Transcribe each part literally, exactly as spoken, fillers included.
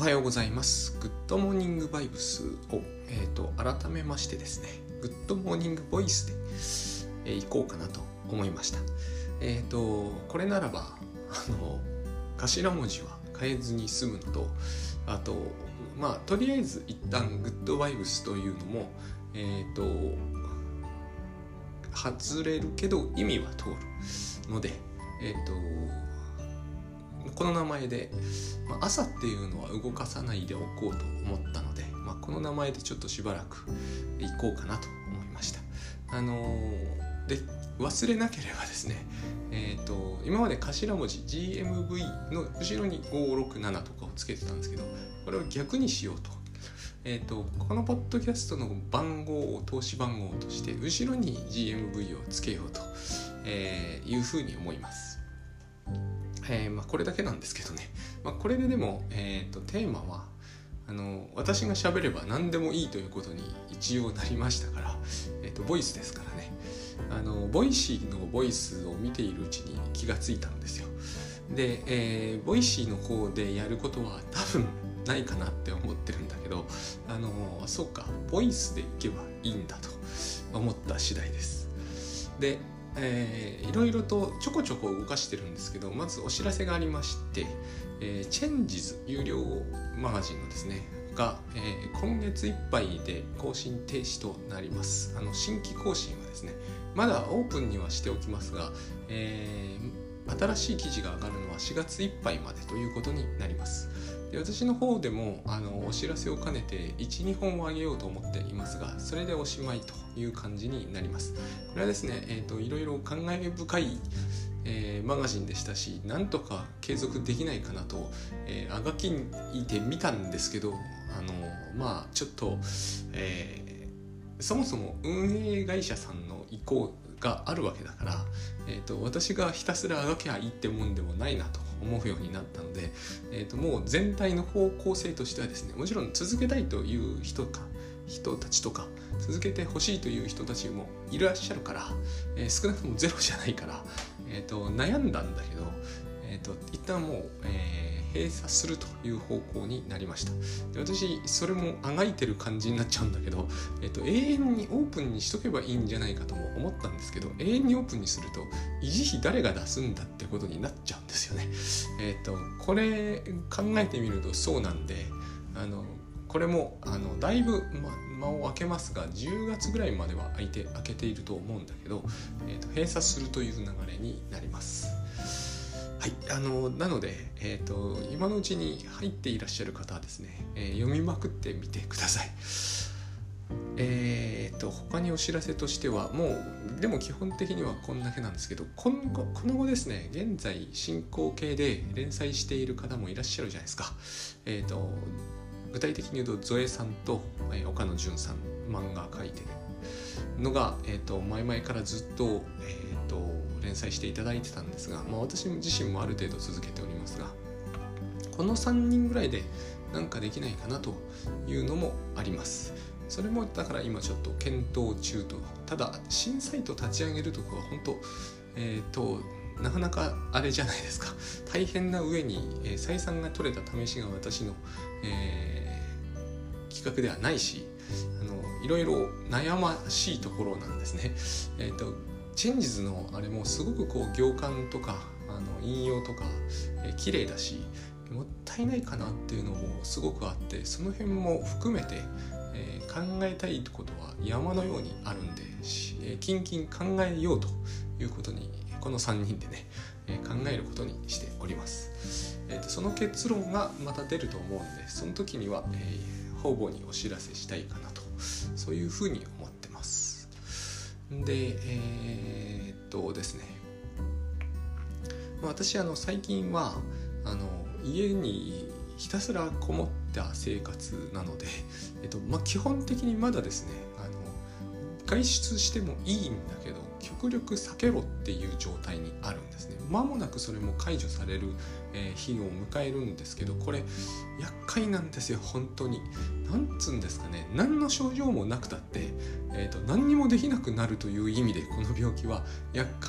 はようございます。グッドモーニングバイブスを、えー、と改めましてですね、グッドモーニングボイスで、えー、いこうかなと思いました。えっ、ー、とこれならばあの頭文字は変えずに済むのと、あとまあとりあえず一旦グッドバイブスというのもえっ、ー、と外れるけど意味は通るので、えっ、ー、とこの名前で、まあ、朝っていうのは動かさないでおこうと思ったので、まあ、この名前でちょっとしばらくいこうかなと思いました。あのー、で忘れなければですね、えーと、今まで頭文字 ジーエムブイ の後ろにごろくななとかをつけてたんですけど、これを逆にしようと。えーと、このポッドキャストの番号を投資番号として後ろに ジーエムブイ をつけようと、えー、いうふうに思います。えーまあ、これだけなんですけどね、まあ、これででも、えーと、テーマはあの私が喋れば何でもいいということに一応なりましたから、えーと、ボイスですからね、あのボイシーのボイスを見ているうちに気がついたんですよ。で、えー、ボイシーの方でやることは多分ないかなって思ってるんだけど、あのそうかボイスでいけばいいんだと思った次第です。でえー、いろいろとちょこちょこ動かしてるんですけど、まずお知らせがありまして、えー、チェンジズ有料マガジンのですねが、えー、今月いっぱいで更新停止となります。あの新規更新はですねまだオープンにはしておきますが、えー、新しい記事が上がるのはしがついっぱいまでということになります。で私の方でもあのお知らせを兼ねて いちにほんをあげようと思っていますが、それでおしまいという感じになります。これはですね、えーと、いろいろ感慨深い、えー、マガジンでしたし、なんとか継続できないかなと、えー、あがきいてみたんですけど、あのまあちょっと、えー、そもそも運営会社さんの意向があるわけだから、えーと、私がひたすらあがきゃいいってもんでもないなと思うようになったので、えーと、もう全体の方向性としてはですね、もちろん続けたいという人か人たちとか続けてほしいという人たちもいらっしゃるから、えー、少なくともゼロじゃないから、えーと、悩んだんだけど、えーと、一旦もう、えー、閉鎖するという方向になりました。で私それもあがいてる感じになっちゃうんだけど、えーと、永遠にオープンにしとけばいいんじゃないかとも思ったんですけど、永遠にオープンにすると維持費誰が出すんだってことになっちゃうんですよね。えーと、これ考えてみるとそうなんで、あのこれもあのだいぶ、ま、間を空けますがじゅうがつぐらいまでは空いて空けていると思うんだけど、えーと、閉鎖するという流れになります。はい、あのなので、えーと、今のうちに入っていらっしゃる方はですね、えー、読みまくってみてください。えーと他にお知らせとしてはもうでも基本的にはこんだけなんですけど、今後この後ですね、現在進行形で連載している方もいらっしゃるじゃないですか。えーと具体的に言うとゾエさんと、えー、岡野純さん漫画描いてるのが、えーと前々からずっと、えーと連載していただいてたんですが、まあ、私自身もある程度続けておりますが、このさんにんぐらいでなんかできないかなというのもあります。それもだから今ちょっと検討中と。ただ新サイト立ち上げるとこは本当えっ、ー、となかなかあれじゃないですか。大変な上に、えー、採算が取れた試しが私の、えー、企画ではないし、あのいろいろ悩ましいところなんですね。えっ、ー、とチェンジズのあれもすごくこう行間とかあの引用とか、えー、綺麗だし、もったいないかなっていうのもすごくあって、その辺も含めて、えー、考えたいことは山のようにあるんで、えー、キンキン考えようということにこのさんにんでね、えー、考えることにしております。えーと、その結論がまた出ると思うんで、その時には、えー、方々にお知らせしたいかなと、そういうふうに思ってます。で、えー、っとですね、私あの最近はあの家にひたすらこもった生活なので、えっとまあ、基本的にまだですね、あの外出してもいいんだけど極力避けろっていう状態にあるんですね。間もなくそれも解除される、えー、日を迎えるんですけど、これ厄介なんですよ本当に。なんつうんですかね、何の症状もなくたって、えーと、何にもできなくなるという意味でこの病気は厄介なんです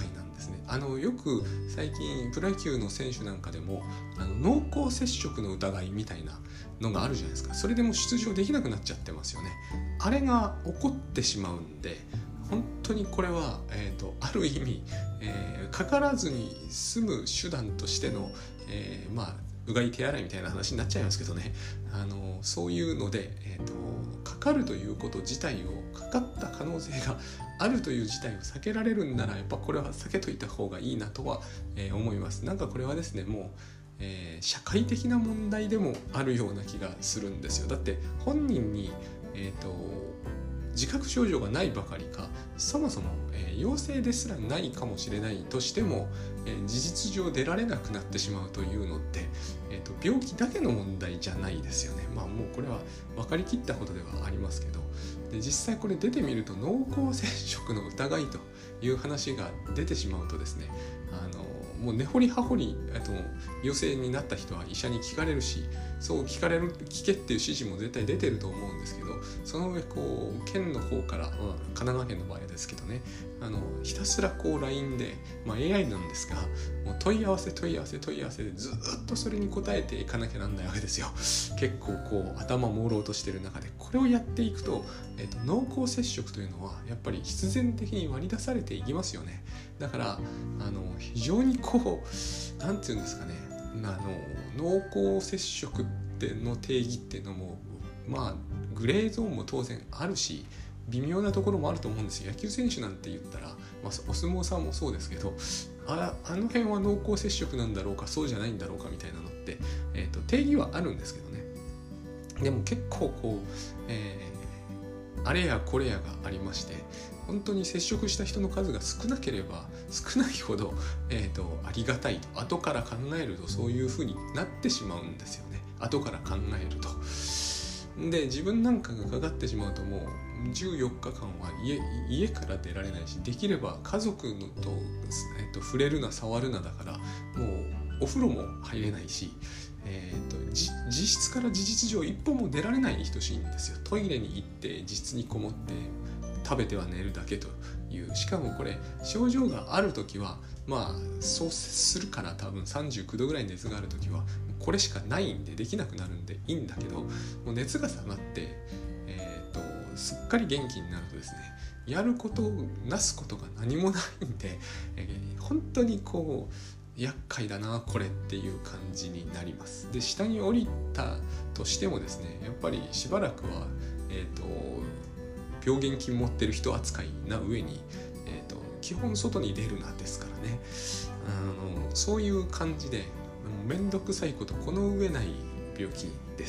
ですね。あのよく最近プロ野球の選手なんかでもあの濃厚接触の疑いみたいなのがあるじゃないですか。それでも出場できなくなっちゃってますよね。あれが起こってしまうんで、本当にこれは、えーと、ある意味、えー、かからずに済む手段としての、えー、まあうがい手洗いみたいな話になっちゃいますけどね、あのそういうので、えーと、かかるということ自体をかかった可能性があるという事態を避けられるんならやっぱこれは避けといた方がいいなとは、えー、思います。なんかこれはですねもう、えー、社会的な問題でもあるような気がするんですよ。だって本人に、えーと自覚症状がないばかりか、そもそも、えー、陽性ですらないかもしれないとしても、えー、事実上出られなくなってしまうというのって、えーと、病気だけの問題じゃないですよね。まあもうこれは分かりきったことではありますけど、で実際これ出てみると濃厚接触の疑いという話が出てしまうとですね、あのもう根掘り葉掘りと陽性になった人は医者に聞かれるし、そう聞かれる聞けっていう指示も絶対出てると思うんですけど、その上こう県の方から、まあ、神奈川県の場合ですけどね、あのひたすらこう ライン で、まあ、エーアイ なんですがもう問い合わせ問い合わせ問い合わせでずっとそれに答えていかなきゃなんないわけですよ。結構こう頭朦朧としてる中でこれをやっていくと、えーと、濃厚接触というのはやっぱり必然的に割り出されていきますよね。だからあの非常にこうなんていうんですかね、あの濃厚接触っての定義っていうのもまあグレーゾーンも当然あるし微妙なところもあると思うんですよ。野球選手なんて言ったら、まあ、お相撲さんもそうですけど、あ, あの辺は濃厚接触なんだろうかそうじゃないんだろうかみたいなのって、えーと、定義はあるんですけどね。でも結構こう、えー、あれやこれやがありまして、本当に接触した人の数が少なければ少ないほど、えーと、ありがたいと後から考えるとそういう風になってしまうんですよね。後から考えると。で自分なんかがかかってしまうともうじゅうよっかかんは 家, 家から出られないし、できれば家族のと、えーと、触れるな触るなだからもうお風呂も入れないし、えーと、実質から事実上一歩も出られないに等しいんですよ。トイレに行って自室にこもって食べては寝るだけという。しかもこれ症状があるときはまあそうするから多分さんじゅうきゅうどぐらい熱があるときはこれしかないんでできなくなるんでいいんだけど、もう熱が下がって、えーと、すっかり元気になるとですね、やることなすことが何もないんで、えー、本当にこう厄介だなこれっていう感じになります。で下に降りたとしてもですね、やっぱりしばらくは、えーと、病原菌持ってる人扱いな上に、えーと、基本外に出るなですからね、あのそういう感じでめんどくさいことこの上ない病気です。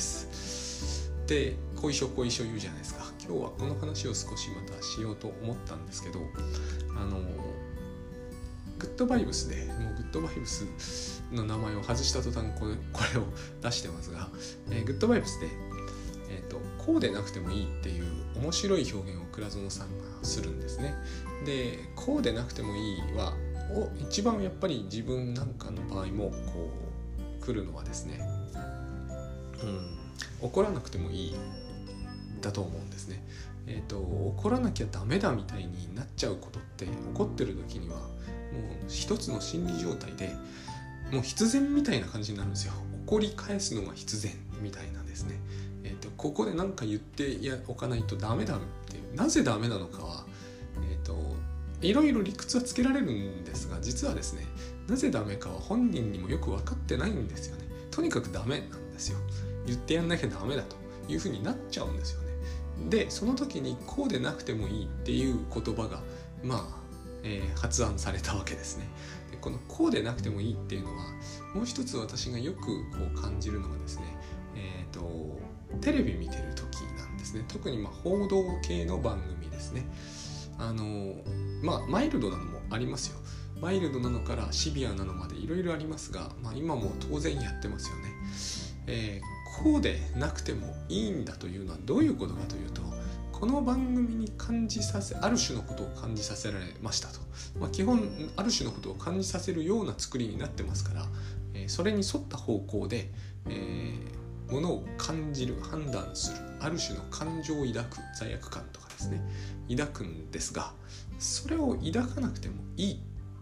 で後遺症後遺症言うじゃないですか。今日はこの話を少しまたしようと思ったんですけど、あのグッドバイブスでもうグッドバイブスの名前を外した途端これ、これを出してますが、えー、グッドバイブスで、えーと、こうでなくてもいいっていう面白い表現を倉園さんがするんですね。でこうでなくてもいいはを一番やっぱり自分なんかの場合もこう来るのはですね、うん、怒らなくてもいいだと思うんですね。えーと、怒らなきゃダメだみたいになっちゃうことって、怒ってる時にはもう一つの心理状態でもう必然みたいな感じになるんですよ。怒り返すのが必然みたいなんですね。えーと、ここで何か言っておかないとダメだっていう、なぜダメなのかは、えーと、いろいろ理屈はつけられるんですが、実はですね、なぜダメかは本人にもよく分かってないんですよね。とにかくダメなんですよ。言ってやんなきゃダメだというふうになっちゃうんですよね。でその時にこうでなくてもいいっていう言葉がまあ、えー、発案されたわけですね。でこのこうでなくてもいいっていうのはもう一つ私がよくこう感じるのがですね、えーと、テレビ見てる時なんですね。特にまあ報道系の番組ですね。あのまあマイルドなのもありますよ。マイルドなのからシビアなのまでいろいろありますが、まあ、今も当然やってますよね。えー、こうでなくてもいいんだというのはどういうことかというと、この番組に感じさせある種のことを感じさせられましたと、まあ、基本ある種のことを感じさせるような作りになってますから、えー、それに沿った方向で、えー、ものを感じる判断するある種の感情を抱く罪悪感とかですね抱くんですが、それを抱かなくてもいいっ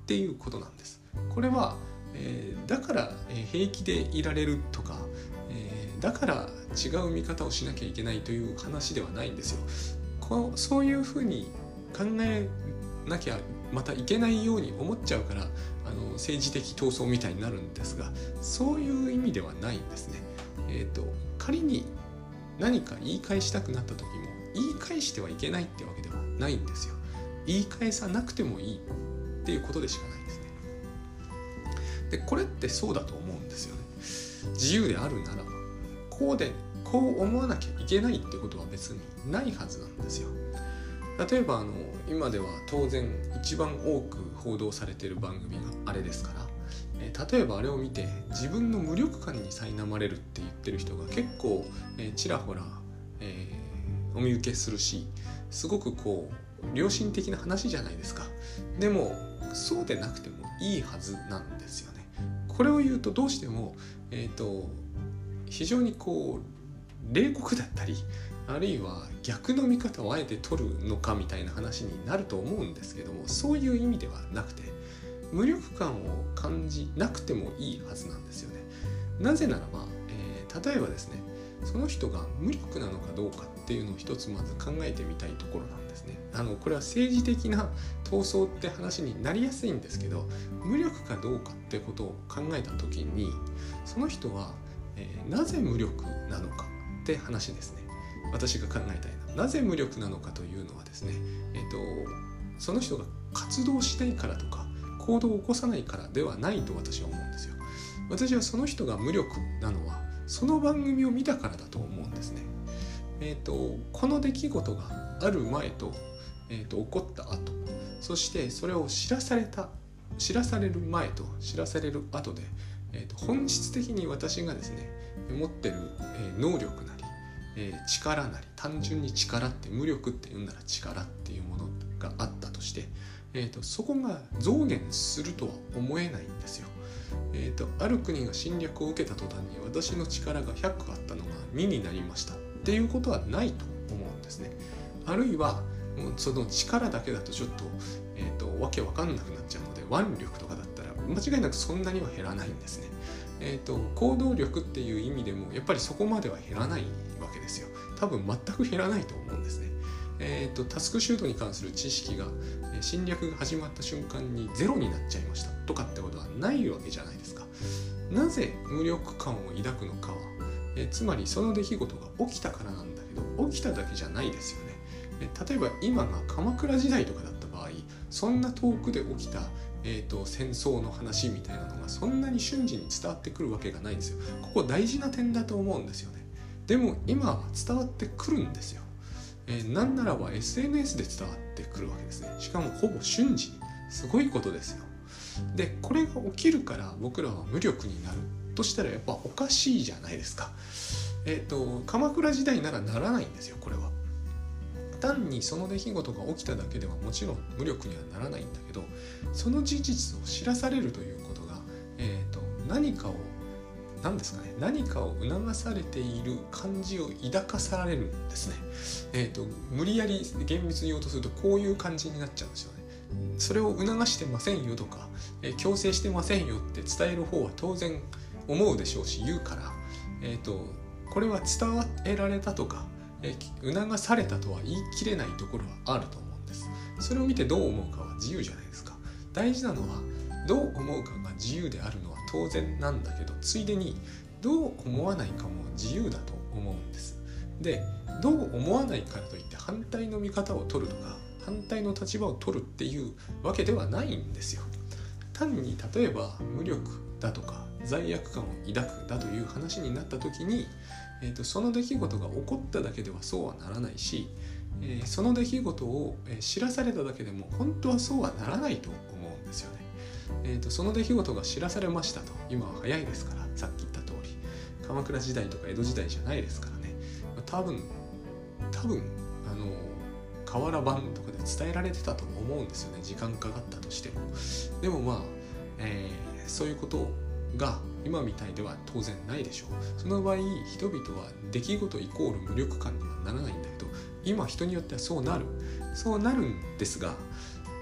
っていうことなんです。これは、えー、だから平気でいられるとか、えー、だから違う見方をしなきゃいけないという話ではないんですよ。こうそういうふうに考えなきゃまたいけないように思っちゃうから、あの政治的闘争みたいになるんですが、そういう意味ではないんですね。えーと、仮に何か言い返したくなった時も言い返してはいけないってわけではないんですよ。言い返さなくてもいいっていうことでしかないんですね。でこれってそうだと思うんですよね。自由であるならばこうでこう思わなきゃいけないってことは別にないはずなんですよ。例えばあの今では当然一番多く報道されている番組があれですから、えー、例えばあれを見て自分の無力感に苛まれるって言ってる人が結構、えー、ちらほら、えー、お見受けするし、すごくこう良心的な話じゃないですか。でもそうでなくてもいいはずなんですよね。これを言うとどうしても、えーと、非常にこう冷酷だったり、あるいは逆の見方をあえて取るのかみたいな話になると思うんですけども、そういう意味ではなくて無力感を感じなくてもいいはずなんですよね。なぜならば、えー、例えばですね、その人が無力なのかどうかっていうのを一つまず考えてみたいところなんですね。あのこれは政治的な闘争って話になりやすいんですけど、無力かどうかってことを考えた時に、その人は、えー、なぜ無力なのかって話ですね。私が考えたいのはなぜ無力なのかというのはですね、えーと、その人が活動しないからとか行動を起こさないからではないと私は思うんですよ。私はその人が無力なのはその番組を見たからだと思うんですね。えーと、この出来事がある前と、えーと、起こった後、そしてそれを知らされた知らされる前と知らされる後で、えーと、本質的に私がですね持ってる、えー、能力なりえー、力なり、単純に力って無力って言うなら力っていうものがあったとして、えーと、そこが増減するとは思えないんですよ。えーと、ある国が侵略を受けた途端に私の力がひゃくあったのがにになりましたっていうことはないと思うんですね。あるいはもうその力だけだとちょっと、えーと、わけわかんなくなっちゃうので、腕力とかだったら間違いなくそんなには減らないんですね。えーと、行動力っていう意味でもやっぱりそこまでは減らないわけですよ。多分全く減らないと思うんですね。えーと、タスクシュートに関する知識が侵略が始まった瞬間にゼロになっちゃいましたとかってことはないわけじゃないですか。なぜ無力感を抱くのかは、えー、つまりその出来事が起きたからなんだけど、起きただけじゃないですよね。えー、例えば今が鎌倉時代とかだった場合、そんな遠くで起きたえーと、戦争の話みたいなのがそんなに瞬時に伝わってくるわけがないんですよ。ここ大事な点だと思うんですよね。でも今は伝わってくるんですよ。えー、なんならば エスエヌエス で伝わってくるわけですね。しかもほぼ瞬時に。すごいことですよ。で、これが起きるから僕らは無力になるとしたらやっぱおかしいじゃないですか。えーと、鎌倉時代ならならないんですよ、これは。単にその出来事が起きただけではもちろん無力にはならないんだけど、その事実を知らされるということが、えーと、何かを何ですかね何かを促されている感じを抱かされるんですね。えーと、無理やり厳密に言おうとするとこういう感じになっちゃうんですよね。それを促してませんよとか、えー、強制してませんよって伝える方は当然思うでしょうし言うから、えーと、これは伝えられたとか促されたとは言い切れないところはあると思うんです。それを見てどう思うかは自由じゃないですか。大事なのはどう思うかが自由であるのは当然なんだけど、ついでにどう思わないかも自由だと思うんです。で、どう思わないからといって反対の見方を取るとか反対の立場を取るっていうわけではないんですよ。単に例えば無力だとか罪悪感を抱くだという話になった時に、えーと、その出来事が起こっただけではそうはならないし、えー、その出来事を知らされただけでも本当はそうはならないと思うんですよね。えーと、その出来事が知らされましたと、今は早いですから、さっき言った通り鎌倉時代とか江戸時代じゃないですからね。多分多分あの瓦版とかで伝えられてたと思うんですよね、時間かかったとしても。でもまあ、えー、そういうことが今みたいでは当然ないでしょう。その場合人々は出来事イコール無力感にはならないんだけど、今人によってはそうなるそうなるんですが、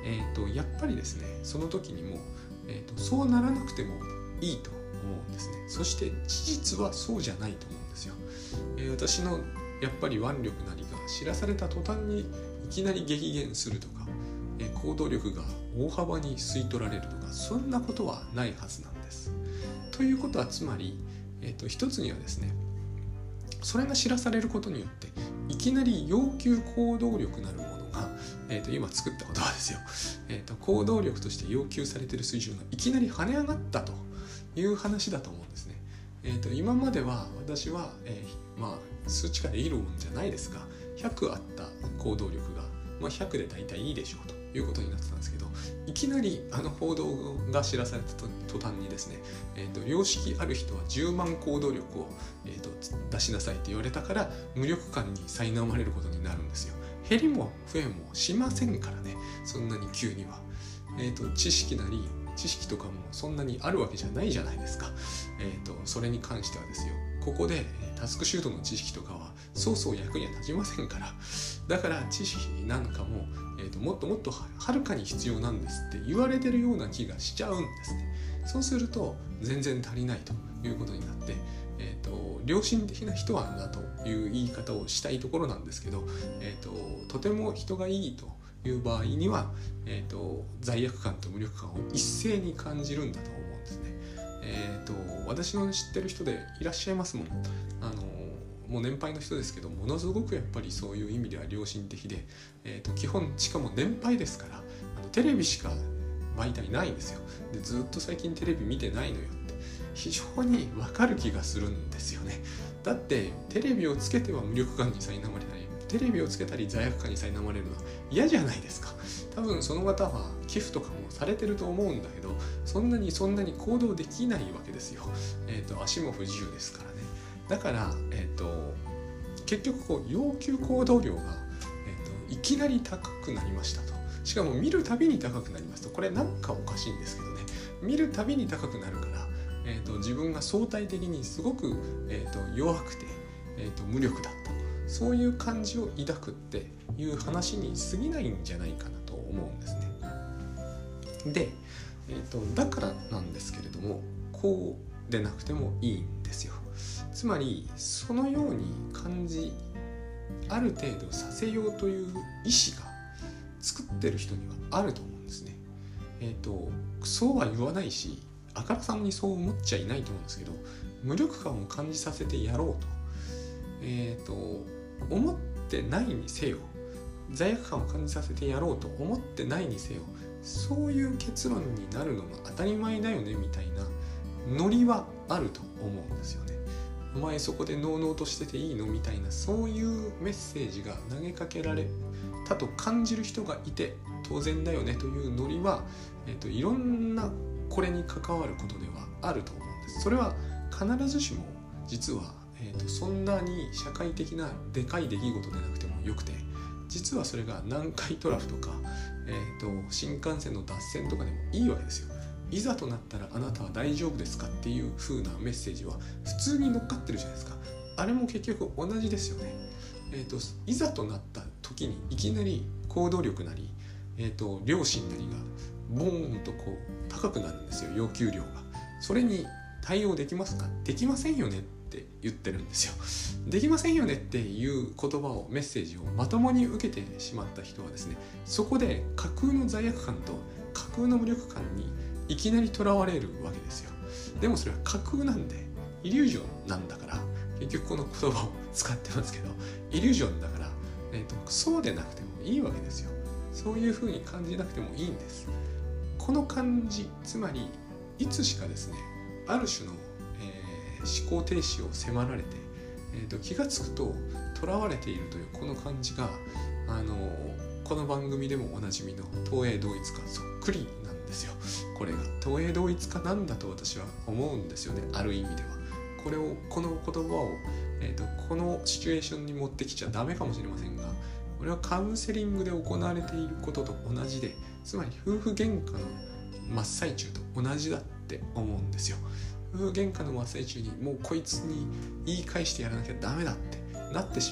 えーと、やっぱりですねその時にも、えーと、そうならなくてもいいと思うんですね。そして事実はそうじゃないと思うんですよ。えー、私のやっぱり腕力なりが知らされた途端にいきなり激減するとか、えー、行動力が大幅に吸い取られるとか、そんなことはないはずなんです。ということはつまり、えーと、一つにはですね、それが知らされることによっていきなり要求行動力なるものが、えー、と今作った言葉ですよ、えー、と行動力として要求されている水準がいきなり跳ね上がったという話だと思うんですね。えー、と今までは私は、えー、まあ数値化でいいもんじゃないですが、ひゃくあった行動力が、まあ、ひゃくで大体いいでしょうということになってたんですけど、いきなりあの報道が知らされた途端にですね、えー、と良識ある人はじゅうまん行動力を、えー、と出しなさいって言われたから無力感に苛まれることになるんですよ。減りも増えもしませんからね、そんなに急には。えー、と知識なり知識とかもそんなにあるわけじゃないじゃないですか。えー、とそれに関してはですよ、ここでタスクシュートの知識とかはそうそう役には立ちませんから、だから知識なんかも、えー、ともっともっとはるかに必要なんですって言われてるような気がしちゃうんですね。そうすると全然足りないということになって、えー、と良心的な人はだという言い方をしたいところなんですけど、えー、ととても人がいいという場合には、えー、と罪悪感と無力感を一斉に感じるんだと思うんですね。えー、と私の知ってる人でいらっしゃいますもん。あのもう年配の人ですけど、ものすごくやっぱりそういう意味では良心的で、えー、と基本しかも年配ですから、あのテレビしか媒体ないんですよ。でずっと最近テレビ見てないのよって非常に分かる気がするんですよね。だってテレビをつけては無力感に苛まれたり、テレビをつけたり罪悪感に苛まれるのは嫌じゃないですか。多分その方は寄付とかもされてると思うんだけど、そんなにそんなに行動できないわけですよ。えー、と足も不自由ですからね。だから、えー、と結局こう要求行動量が、えー、といきなり高くなりましたと。しかも見るたびに高くなりますと、これなんかおかしいんですけどね、見るたびに高くなるから、えー、と自分が相対的にすごく、えー、と弱くて、えー、と無力だった、そういう感じを抱くっていう話に過ぎないんじゃないかなと思うんですね。で、えー、とだからなんですけれども、こうでなくてもいいんですよ。つまりそのように感じ、ある程度させようという意思が作ってる人にはあると思うんですね。えー、とそうは言わないし、あからさまにそう思っちゃいないと思うんですけど、無力感を感じさせてやろうと、えー、と思ってないにせよ、罪悪感を感じさせてやろうと思ってないにせよ、そういう結論になるのが当たり前だよねみたいなノリはあると思うんですよね。お前そこでノーノーとしてていいのみたいな、そういうメッセージが投げかけられたと感じる人がいて当然だよねというノリは、えー、といろんなこれに関わることではあると思うんです。それは必ずしも実は、えー、とそんなに社会的なでかい出来事でなくてもよくて、実はそれが南海トラフとか、えー、と新幹線の脱線とかでもいいわけですよ。いざとなったらあなたは大丈夫ですかっていう風なメッセージは普通に乗っかってるじゃないですか。あれも結局同じですよね。えー、といざとなった時にいきなり行動力なり、えー、と良心なりがボーンとこう高くなるんですよ、要求量が。それに対応できますか？できませんよねって言ってるんですよ。できませんよねっていう言葉を、メッセージをまともに受けてしまった人はですね、そこで架空の罪悪感と架空の無力感にいきなりとらわれるわけですよ。でもそれは架空なんで、イリュージョンなんだから、結局この言葉を使ってますけど、イリュージョンだから、えーと、そうでなくてもいいわけですよ。そういう風に感じなくてもいいんです。この感じ、つまりいつしかですね、ある種の、えー、思考停止を迫られて、えーと、気がつくととらわれているというこの感じが、あのー、この番組でもおなじみの東映同一化そっくりなんですよ。これが東映同一化なんだと私は思うんですよね、ある意味では。これをこの言葉を、えーと、このシチュエーションに持ってきちゃダメかもしれませんが、これはカウンセリングで行われていることと同じで、つまり夫婦喧嘩の真っ最中と同じだって思うんですよ。夫婦喧嘩の真っ最中にもうこいつに言い返してやらなきゃダメだってなってしまう。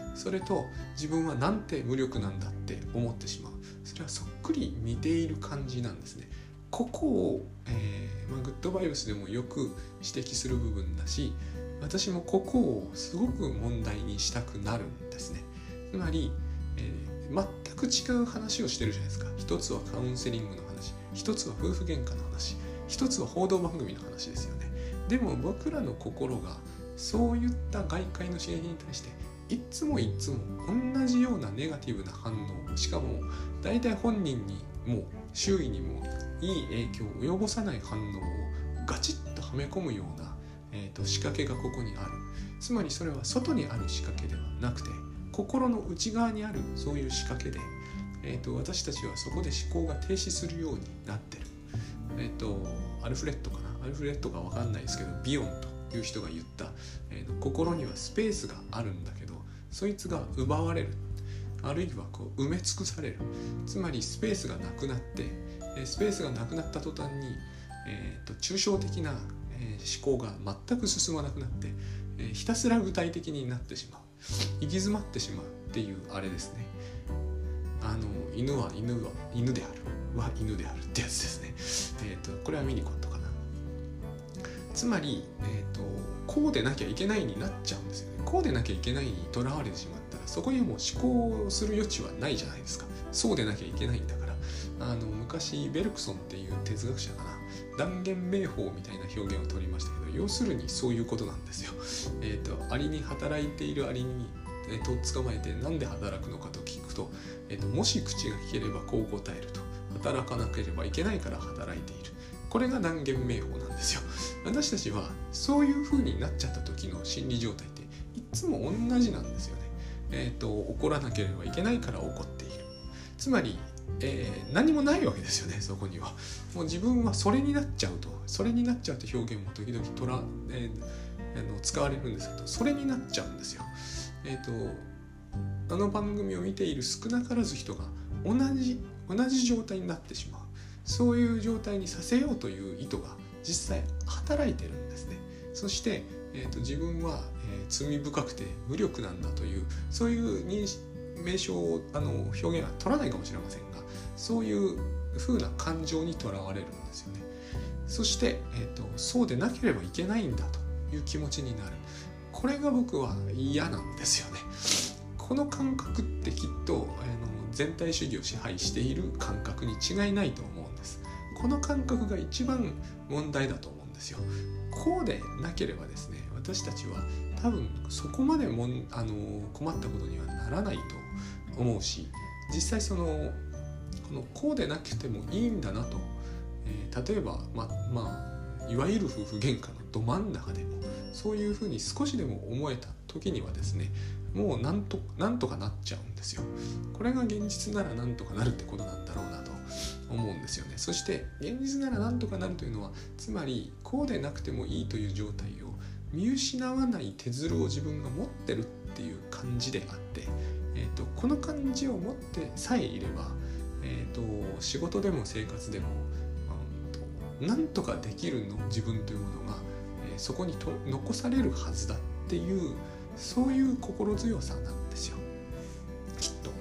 それと自分はなんて無力なんだって思ってしまう。それはそっくり似ている感じなんですね。ここを、えーまあ、グッドバイブスでもよく指摘する部分だし、私もここをすごく問題にしたくなるんですね。つまり、えー、全く違う話をしてるじゃないですか。一つはカウンセリングの話、一つは夫婦喧嘩の話、一つは報道番組の話ですよね。でも僕らの心がそういった外界の刺激に対していつもいつも同じようなネガティブな反応、しかも大体本人にも周囲にもいい影響を及ぼさない反応をガチッとはめ込むような、えーと、仕掛けがここにある。つまりそれは外にある仕掛けではなくて心の内側にあるそういう仕掛けで、えーと、私たちはそこで思考が停止するようになってる。えーと、アルフレッドかなアルフレッドか分かんないですけど、ビヨンという人が言った、えー、心にはスペースがあるんだけどそいつが奪われる、あるいはこう埋め尽くされる。つまりスペースがなくなって、スペースがなくなった途端に、えー、と抽象的な、えー、思考が全く進まなくなって、えー、ひたすら具体的になってしまう、行き詰まってしまうっていうあれですね。あの犬は犬は犬であるは犬であるってやつですね。えー、とこれはミニコットかな。つまり、えー、とこうでなきゃいけないになっちゃうんですよね。こうでなきゃいけないにとらわれてしまったらそこにはもう思考する余地はないじゃないですか。そうでなきゃいけないんだから。あの昔ベルクソンっていう哲学者かな、断言明法みたいな表現を取りましたけど、要するにそういうことなんですよ。えー、とアリに働いているアリに、えー、と捕まえてなんで働くのかと聞くと、えー、ともし口が聞ければこう答えると、働かなければいけないから働いている。これが断言明法なんですよ。私たちはそういう風になっちゃった時の心理状態っていつも同じなんですよね。えー、と怒らなければいけないから怒っている。つまり、えー、何もないわけですよね。そこにはもう自分はそれになっちゃうと、それになっちゃうと表現も時々とら、えー、あの使われるんですけど、それになっちゃうんですよ。えー、とあの番組を見ている少なからず人が同じ同じ状態になってしまう、そういう状態にさせようという意図が実際働いてるんですね。そして、えー、と自分は、えー、罪深くて無力なんだというそういう認識名称をあの表現は取らないかもしれませんが、そういう風な感情にとらわれるんですよね。そして、えーと、そうでなければいけないんだという気持ちになる。これが僕は嫌なんですよね。この感覚ってきっとあの全体主義を支配している感覚に違いないと思うんです。この感覚が一番問題だと思うんですよ。こうでなければですね、私たちは多分そこまでもんあの困ったことにはならないと思うし、実際そのこのこうでなくてもいいんだなと、えー、例えばままあいわゆる夫婦喧嘩のど真ん中でもそういうふうに少しでも思えた時にはですね、もうなんとなんとかなっちゃうんですよ。これが現実ならなんとかなるってことなんだろうなと思うんですよね。そして現実ならなんとかなるというのは、つまりこうでなくてもいいという状態を見失わない手づるを自分が持ってるっていう感じであって、えーと、この感じを持ってさえいれば、えーと、仕事でも生活でも、うん、なんとかできるの自分というものが、えー、そこにと残されるはずだっていうそういう心強さなんですよ、きっと。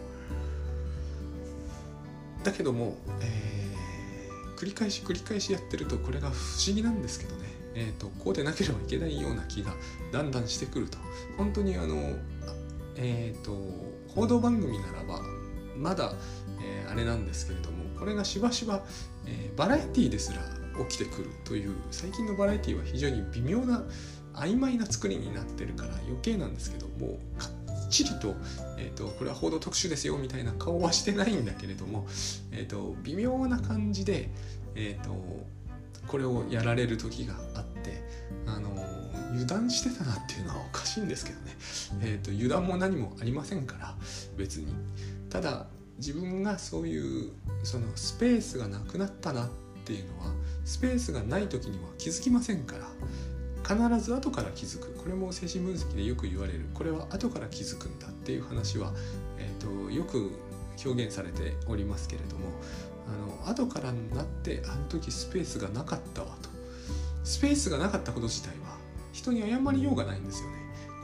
だけども、えー、繰り返し繰り返しやってるとこれが不思議なんですけどね、えーと、こうでなければいけないような気がだんだんしてくると、本当にあの、えーと、報道番組ならばまだ、えー、あれなんですけれども、これがしばしば、えー、バラエティですら起きてくるという、最近のバラエティは非常に微妙な曖昧な作りになってるから余計なんですけども、かっちりと、えーと、これは報道特集ですよみたいな顔はしてないんだけれども、えーと、微妙な感じで、えーと、これをやられる時があって、あのー、油断してたなっていうのはおかしいんですけどね、えーと、油断も何もありませんから別に。ただ自分がそういうそのスペースがなくなったなっていうのは、スペースがない時には気づきませんから、必ず後から気づく。これも精神分析でよく言われる、これは後から気づくんだっていう話は、えーと、よく表現されておりますけれども、あの後からになってあの時スペースがなかったわと。スペースがなかったこと自体は人に謝りようがないんですよね。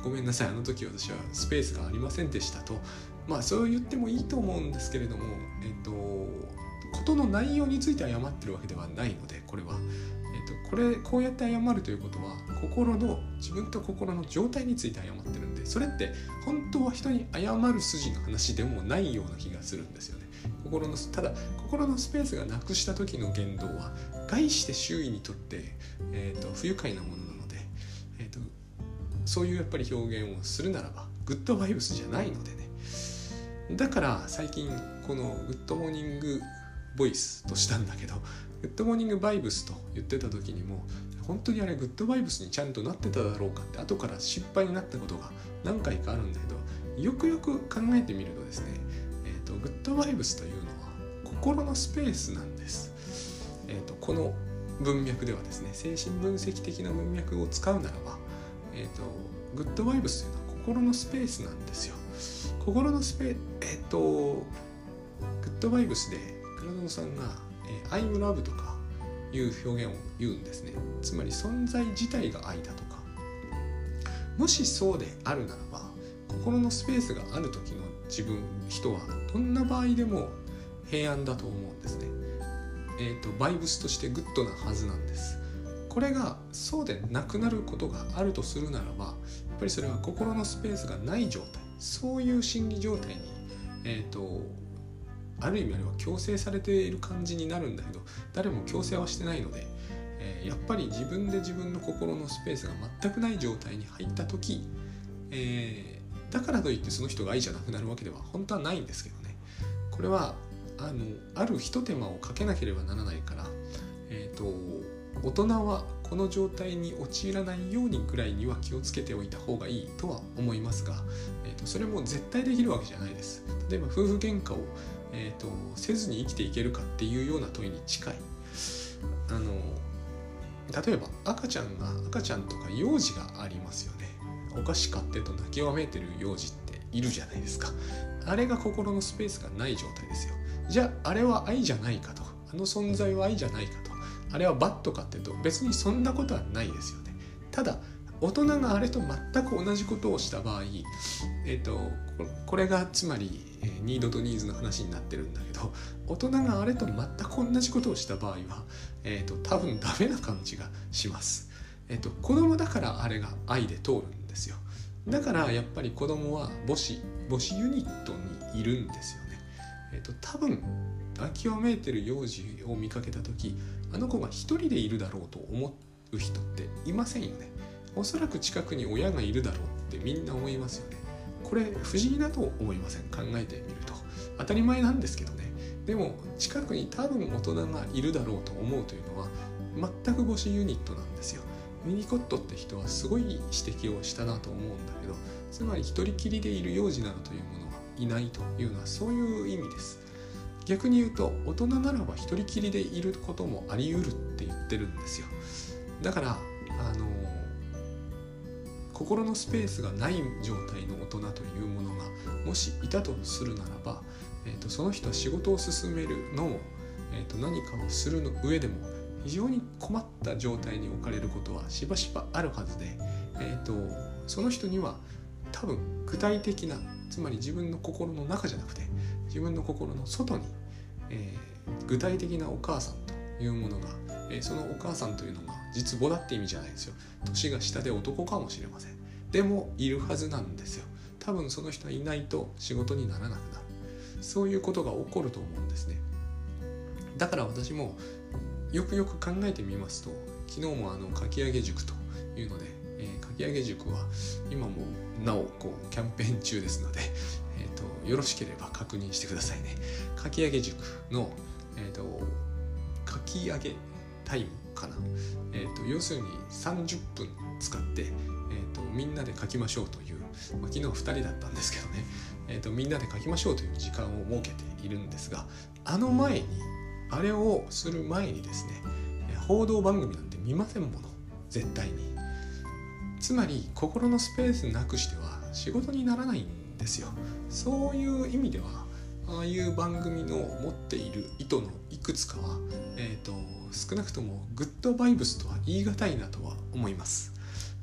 ごめんなさい、あの時私はスペースがありませんでしたと、まあそう言ってもいいと思うんですけれども、えっとことの内容について謝ってるわけではないので、これは、えっとこれこうやって謝るということは心の自分と心の状態について謝ってるんで、それって本当は人に謝る筋の話でもないような気がするんですよね。心のただ心のスペースがなくした時の言動は概して周囲にとって、えー、と不愉快なものなので、えー、とそういうやっぱり表現をするならばグッドバイブスじゃないのでね。だから最近このグッドモーニングボイスとしたんだけど、グッドモーニングバイブスと言ってた時にも本当にあれグッドバイブスにちゃんとなってただろうかって後から失敗になったことが何回かあるんだけど、よくよく考えてみるとですね、えー、とグッドバイブスというのは心のスペースなんです。えー、とこの文脈ではですね、精神分析的な文脈を使うならば、えー、とグッドバイブスというのは心のスペースなんですよ。心のスペース、えー、とグッドバイブスで倉園さんが、えー、I'm love とかいう表現を言うんですね。つまり存在自体が愛だとか、もしそうであるならば心のスペースがある時の自分人はどんな場合でも平安だと思うんですね。えーと、バイブスとしてグッドなはずなんです。これがそうでなくなることがあるとするならば、やっぱりそれは心のスペースがない状態、そういう心理状態に、えーと、ある意味あれは強制されている感じになるんだけど、誰も強制はしてないので、えー、やっぱり自分で自分の心のスペースが全くない状態に入った時、えー、だからといってその人が愛じゃなくなるわけでは本当はないんですけどね。これはあのある一手間をかけなければならないから、えーと、大人はこの状態に陥らないようにぐらいには気をつけておいた方がいいとは思いますが、えーと、それも絶対できるわけじゃないです。例えば夫婦喧嘩を、えーと、せずに生きていけるかっていうような問いに近い。あの例えば赤ちゃんが赤ちゃんとか幼児がありますよね。お菓子買ってと泣きわめいてる幼児っているじゃないですか。あれが心のスペースがない状態ですよ。じゃああれは愛じゃないかと、あの存在は愛じゃないかと、あれはバッドかっていうと別にそんなことはないですよね。ただ大人があれと全く同じことをした場合、えーと、これがつまりニードとニーズの話になってるんだけど、大人があれと全く同じことをした場合は、えーと、多分ダメな感じがします。えーと、子供だからあれが愛で通るんですよ。だからやっぱり子供は母子母子ユニットにいるんですよね。えーと、多分泣きわめいてる幼児を見かけた時、あの子が一人でいるだろうと思う人っていませんよね。おそらく近くに親がいるだろうってみんな思いますよね。これ不思議だと思いません？考えてみると当たり前なんですけどね。でも近くに多分大人がいるだろうと思うというのは全く母子ユニットなんですよ。ウィニコットって人はすごい指摘をしたなと思うんだけど、つまり一人きりでいる幼児などというものはいないというのはそういう意味です。逆に言うと大人ならば一人きりでいることもあり得るって言ってるんですよ。だからあの心のスペースがない状態の大人というものがもしいたとするならば、えーと、その人は仕事を進めるのも、えーと、何かをするの上でも非常に困った状態に置かれることはしばしばあるはずで、えーと、その人には多分具体的な、つまり自分の心の中じゃなくて自分の心の外に、えー、具体的なお母さんというものが、えー、そのお母さんというのが実母だって意味じゃないですよ。年が下で男かもしれません。でもいるはずなんですよ。多分その人はいないと仕事にならなくなる。そういうことが起こると思うんですね。だから私もよくよく考えてみますと、昨日もあのかき上げ塾というので、えー、かき上げ塾は今もなおこうキャンペーン中ですので、えーと、よろしければ確認してくださいね。かき上げ塾の、えーと、かき上げタイムかな、えーと、要するにさんじゅっぷん使って、えーと、みんなで書きましょうという、まあ、昨日ふたりだったんですけどね、えーと、みんなで書きましょうという時間を設けているんですが、あの前にあれをする前にですね、報道番組なんて見ませんもの、絶対に。つまり心のスペースなくしては仕事にならないんですよ。そういう意味ではああいう番組の持っている意図のいくつかは、えーと、少なくともグッドバイブスとは言い難いなとは思います。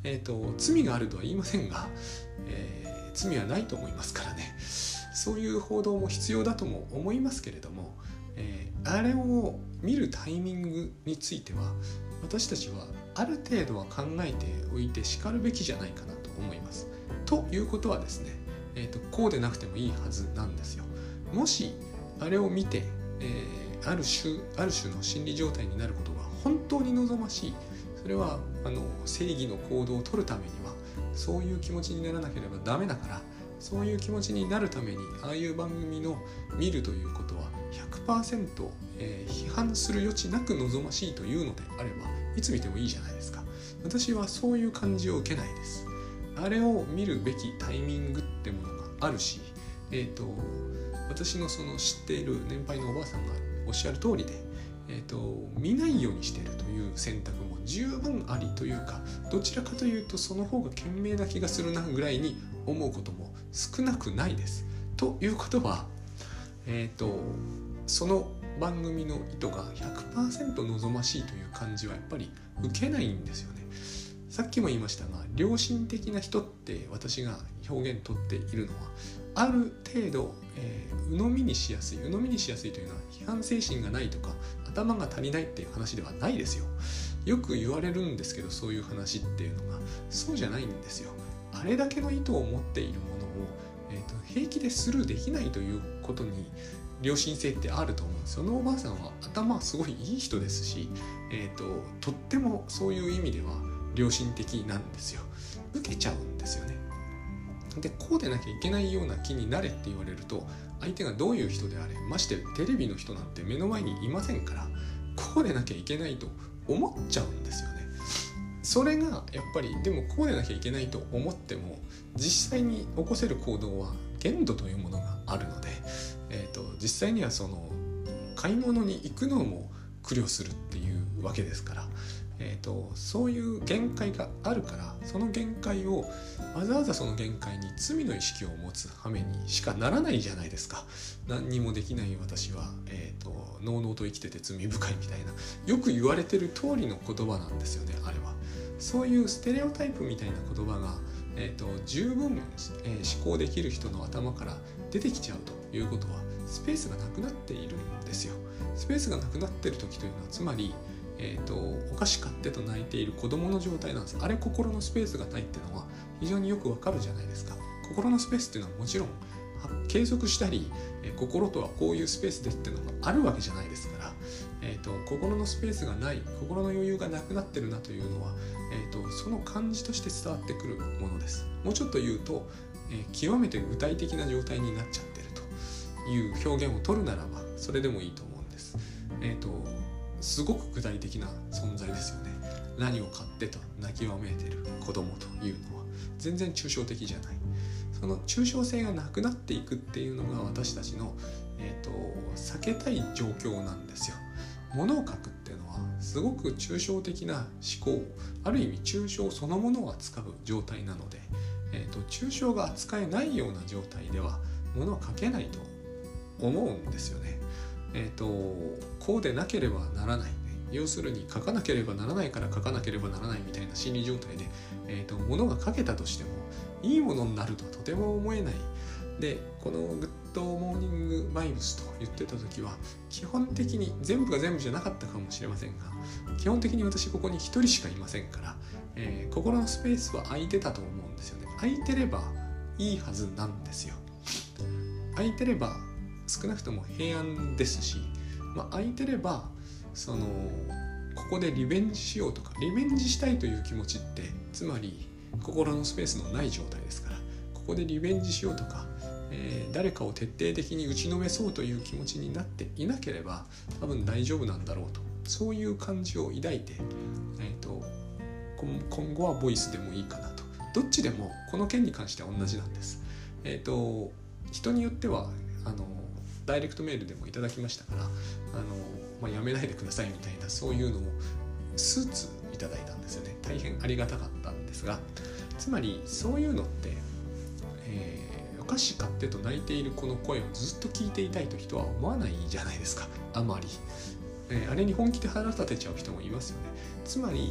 えーと、罪があるとは言いませんが、えー、罪はないと思いますからね。そういう報道も必要だとも思いますけれども、えー、あれを見るタイミングについては私たちはある程度は考えておいてしかるべきじゃないかなと思います。ということはですね、えーと、こうでなくてもいいはずなんですよ。もしあれを見て、えー、ある種ある種の心理状態になることが本当に望ましい、それはあの正義の行動を取るためにはそういう気持ちにならなければダメだから、そういう気持ちになるためにああいう番組の見るということは ひゃくパーセント、えー、批判する余地なく望ましいというのであればいつ見てもいいじゃないですか。私はそういう感じを受けないです。あれを見るべきタイミングってものがあるし、えーと、私のその知っている年配のおばあさんがおっしゃる通りで、えーと、見ないようにしているという選択も十分ありというか、どちらかというとその方が賢明な気がするなぐらいに思うことも少なくないです。ということは、えーと、その番組の意図が ひゃくパーセント 望ましいという感じはやっぱり受けないんですよね。さっきも言いましたが、良心的な人って私が表現とっているのはある程度、えー、鵜呑みにしやすい鵜呑みにしやすいというのは批判精神がないとか頭が足りないっていう話ではないですよ。よく言われるんですけど、そういう話っていうのがそうじゃないんですよ。あれだけの意図を持っているものを、えーと、平気でスルーできないということに良心性ってあると思うんです。そのおばあさんは頭すごいいい人ですし、えーと、とってもそういう意味では良心的なんですよ。受けちゃうんですよね。で、こうでなきゃいけないような気になれって言われると、相手がどういう人であれ、ましてテレビの人なんて目の前にいませんから、こうでなきゃいけないと思っちゃうんですよね。それがやっぱり、でもこうでなきゃいけないと思っても実際に起こせる行動は限度というものがあるので、えーと、実際にはその買い物に行くのも苦慮するっていうわけですから、えーと、そういう限界があるから、その限界をわざわざその限界に罪の意識を持つ羽目にしかならないじゃないですか。何にもできない私は、えーと、のうのうと生きてて罪深いみたいな、よく言われてる通りの言葉なんですよね。あれはそういうステレオタイプみたいな言葉が、えーと、十分、えー、思考できる人の頭から出てきちゃうということは、スペースがなくなっているんですよ。スペースがなくなっている時というのは、つまりえーと、お菓子買ってと泣いている子供の状態なんです。あれ、心のスペースがないっていうのは非常によくわかるじゃないですか。心のスペースっていうのはもちろん計測したり、えー、心とはこういうスペースでっていうのがあるわけじゃないですから、えーと、心のスペースがない、心の余裕がなくなってるなというのは、えーと、その感じとして伝わってくるものです。もうちょっと言うと、えー、極めて具体的な状態になっちゃってるという表現を取るならばそれでもいいと思うんです。えーとすごく具体的な存在ですよね。何を買ってと泣きわめいている子供というのは全然抽象的じゃない。その抽象性がなくなっていくっていうのが私たちの、えーと、避けたい状況なんですよ。物を書くっていうのはすごく抽象的な思考、ある意味抽象そのものを扱う状態なので、えーと、抽象が扱えないような状態では物は書けないと思うんですよね。えーと、こうでなければならない、要するに書かなければならないから書かなければならないみたいな心理状態で、えーと、ものが書けたとしてもいいものになるとはとても思えない。で、このグッドモーニングバイブスと言ってた時は基本的に全部が全部じゃなかったかもしれませんが、基本的に私ここに一人しかいませんから、えー、心のスペースは空いてたと思うんですよね。空いてればいいはずなんですよ。空いてれば少なくとも平安ですし、まあ、空いてればそのここでリベンジしようとか、リベンジしたいという気持ちってつまり心のスペースのない状態ですから、ここでリベンジしようとか、えー、誰かを徹底的に打ちのめそうという気持ちになっていなければ多分大丈夫なんだろうと、そういう感じを抱いて、えーと、今後はボイスでもいいかなと。どっちでもこの件に関しては同じなんです。えーと、人によってはあのダイレクトメールでもいただきましたから、あの、まあ、やめないでくださいみたいな、そういうのを数通いただいたんですよね。大変ありがたかったんですが、つまりそういうのって、えー、お菓子買ってと泣いている子の声をずっと聞いていたいと人は思わないじゃないですか。あまり、えー、あれに本気で腹立てちゃう人もいますよね。つまり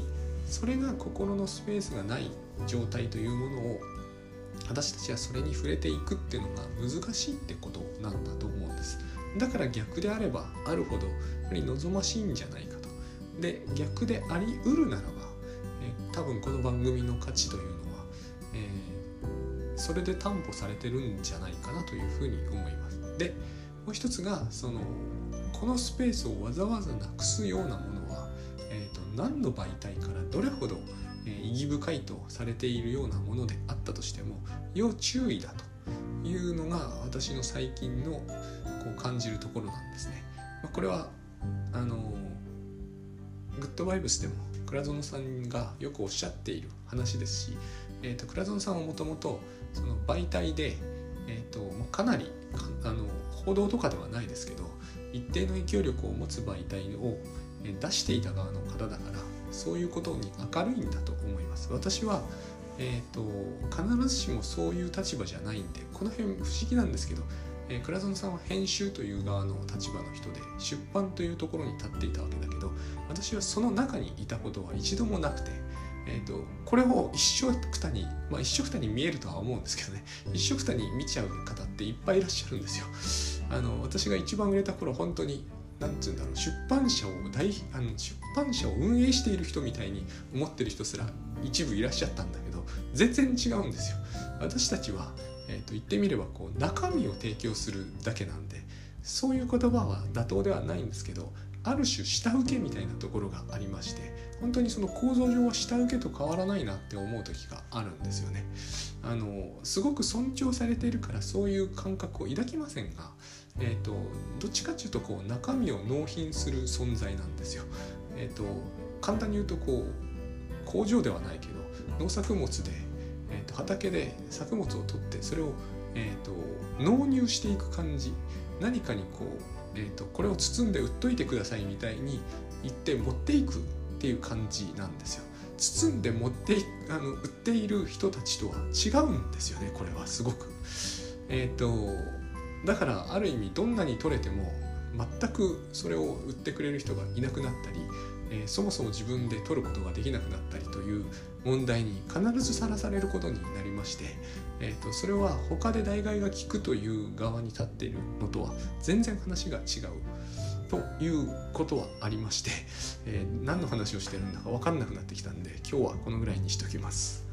それが心のスペースがない状態というものを私たちはそれに触れていくっていうのが難しいってことなんだと思うんです。だから逆であればあるほどやはり望ましいんじゃないかと。で逆であり得るならば、え多分この番組の価値というのは、えー、それで担保されてるんじゃないかなというふうに思います。でもう一つがそのこのスペースをわざわざなくすようなものは、えーと、何の媒体からどれほど、えー、意義深いとされているようなものであったとしても要注意だというのが私の最近のこう感じるところなんですね。まあ、これはあのグッドバイブスでも倉園さんがよくおっしゃっている話ですし、えーと、倉園さんはもともとその媒体で、えーと、かなりあの報道とかではないですけど一定の影響力を持つ媒体を出していた側の方だからそういうことに明るいんだと思います。私は、えーと、必ずしもそういう立場じゃないんでこの辺不思議なんですけど、えー、倉園さんは編集という側の立場の人で出版というところに立っていたわけだけど私はその中にいたことは一度もなくて、えーと、これを一緒くたに、まあ、一緒くたに見えるとは思うんですけどね一緒くたに見ちゃう方っていっぱいいらっしゃるんですよ。あの私が一番売れた頃本当になんていうんだろう出版社を大あの出版社を運営している人みたいに思ってる人すら一部いらっしゃったんだけど全然違うんですよ。私たちは、えーと、言ってみればこう中身を提供するだけなんでそういう言葉は妥当ではないんですけどある種下請けみたいなところがありまして本当にその構造上は下請けと変わらないなって思う時があるんですよね。あのすごく尊重されているからそういう感覚を抱きませんが、えーと、どっちかっていうとこう中身を納品する存在なんですよ。えーと、簡単に言うとこう工場ではないけど農作物で、えーと、畑で作物を取ってそれを、えーと、納入していく感じ何かにこう、えーと、これを包んで売っといてくださいみたいに言って持っていくっていう感じなんですよ。包んで持ってあの売っている人たちとは違うんですよね。これはすごくえっとだからある意味どんなに取れても全くそれを売ってくれる人がいなくなったり、えー、そもそも自分で取ることができなくなったりという問題に必ずさらされることになりまして、えーと、それは他で代替が効くという側に立っているのとは全然話が違うということはありまして、えー、何の話をしてるんだか分かんなくなってきたんで今日はこのぐらいにしておきます。